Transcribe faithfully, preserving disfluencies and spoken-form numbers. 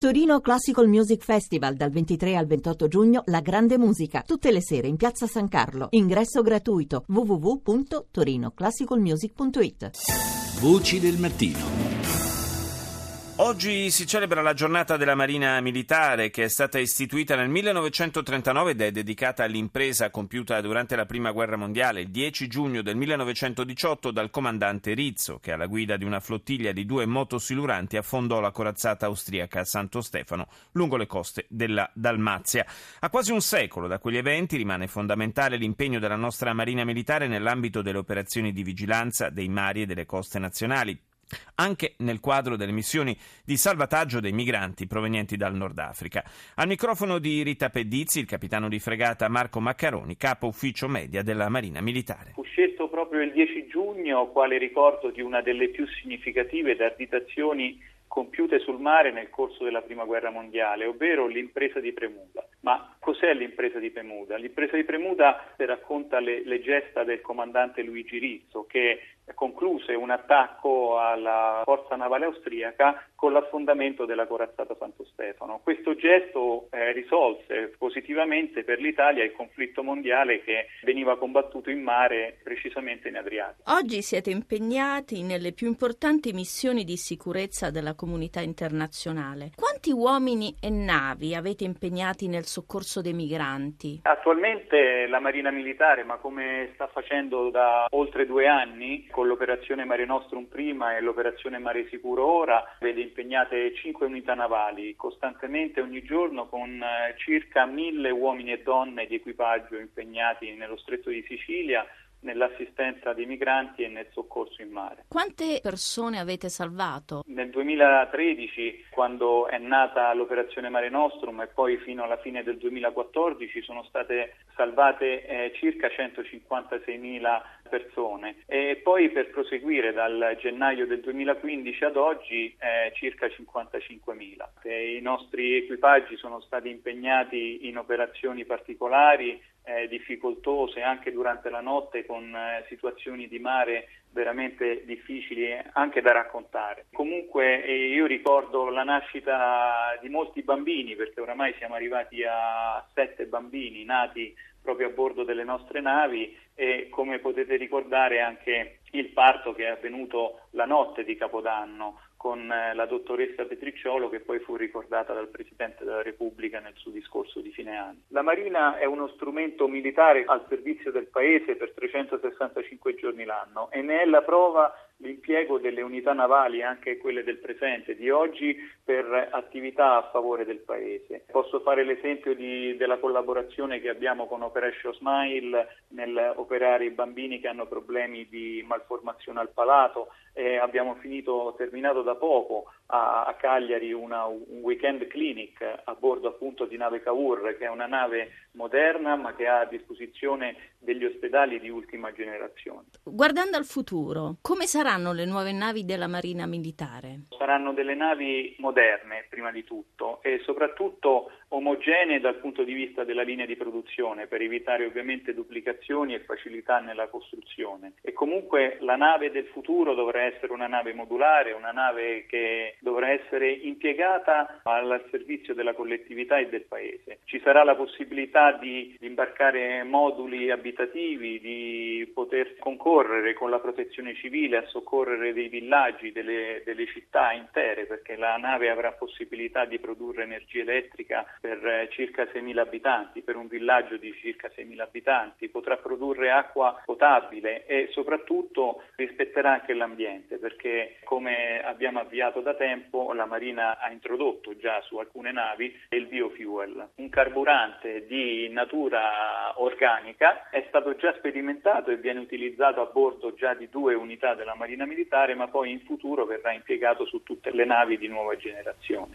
Torino Classical Music Festival dal ventitré al ventotto giugno, la grande musica, tutte le sere in Piazza San Carlo. Ingresso gratuito w w w punto torino classical music punto it. Voci del mattino. Oggi si celebra la giornata della Marina Militare, che è stata istituita nel millenovecentotrentanove ed è dedicata all'impresa compiuta durante la Prima Guerra Mondiale, il dieci giugno del millenovecentodiciotto, dal comandante Rizzo, che alla guida di una flottiglia di due motosiluranti affondò la corazzata austriaca Santo Stefano lungo le coste della Dalmazia. A quasi un secolo da quegli eventi rimane fondamentale l'impegno della nostra Marina Militare nell'ambito delle operazioni di vigilanza dei mari e delle coste nazionali, anche nel quadro delle missioni di salvataggio dei migranti provenienti dal Nord Africa. Al microfono di Rita Pedizzi, il capitano di fregata Marco Maccaroni, capo ufficio media della Marina Militare. Fu scelto proprio il dieci giugno quale ricordo di una delle più significative esarditazioni compiute sul mare nel corso della Prima Guerra Mondiale, ovvero l'impresa di Premuda. Ma cos'è l'impresa di Premuda? L'impresa di Premuda racconta le, le gesta del comandante Luigi Rizzo, che concluse un attacco alla forza navale austriaca con l'affondamento della corazzata Santo Stefano. Questo gesto eh, risolse positivamente per l'Italia il conflitto mondiale che veniva combattuto in mare, precisamente in Adriatico. Oggi siete impegnati nelle più importanti missioni di sicurezza della comunità internazionale. Quanti uomini e navi avete impegnati nel soccorso dei migranti? Attualmente la Marina Militare, ma come sta facendo da oltre due anni, con l'operazione Mare Nostrum prima e l'operazione Mare Sicuro ora, vede impegnate cinque unità navali costantemente ogni giorno, con eh, circa mille uomini e donne di equipaggio impegnati nello Stretto di Sicilia, nell'assistenza dei migranti e nel soccorso in mare. Quante persone avete salvato? Nel duemilatredici, quando è nata l'operazione Mare Nostrum, e poi fino alla fine del duemilaquattordici sono state salvate eh, circa centocinquantaseimila persone, e poi per proseguire dal gennaio del duemilaquindici ad oggi eh, circa cinquantacinquemila. E i nostri equipaggi sono stati impegnati in operazioni particolari, Eh, difficoltose anche durante la notte, con eh, situazioni di mare veramente difficili anche da raccontare. Comunque eh, io ricordo la nascita di molti bambini, perché oramai siamo arrivati a sette bambini nati proprio a bordo delle nostre navi, e come potete ricordare anche il parto che è avvenuto la notte di Capodanno con la dottoressa Petricciolo, che poi fu ricordata dal Presidente della Repubblica nel suo discorso di fine anno. La Marina è uno strumento militare al servizio del Paese per trecentosessantacinque giorni l'anno, e ne è la prova l'impiego delle unità navali, anche quelle del presente, di oggi, per attività a favore del Paese. Posso fare l'esempio di, della collaborazione che abbiamo con Operation Smile nel operare i bambini che hanno problemi di malformazione al palato. Eh, abbiamo finito, terminato da poco a, a Cagliari una, un weekend clinic a bordo appunto di nave Cavour, che è una nave moderna ma che ha a disposizione degli ospedali di ultima generazione. Guardando al futuro, come saranno le nuove navi della Marina Militare? Saranno delle navi moderne, prima di tutto, e soprattutto omogenee dal punto di vista della linea di produzione, per evitare ovviamente duplicazioni e facilità nella costruzione. E comunque la nave del futuro dovrà essere una nave modulare, una nave che dovrà essere impiegata al servizio della collettività e del Paese. Ci sarà la possibilità di imbarcare moduli abitativi, di poter concorrere con la protezione civile a soccorrere dei villaggi, delle, delle città intere, perché la nave avrà possibilità di produrre energia elettrica per circa seimila abitanti, per un villaggio di circa seimila abitanti, potrà produrre acqua potabile e soprattutto rispetterà anche l'ambiente, perché come abbiamo avviato da tempo, la Marina ha introdotto già su alcune navi il biofuel, un carburante di natura organica. È stato già sperimentato e viene utilizzato a bordo già di due unità della Marina Militare, ma poi in futuro verrà impiegato su tutte le navi di nuova generazione.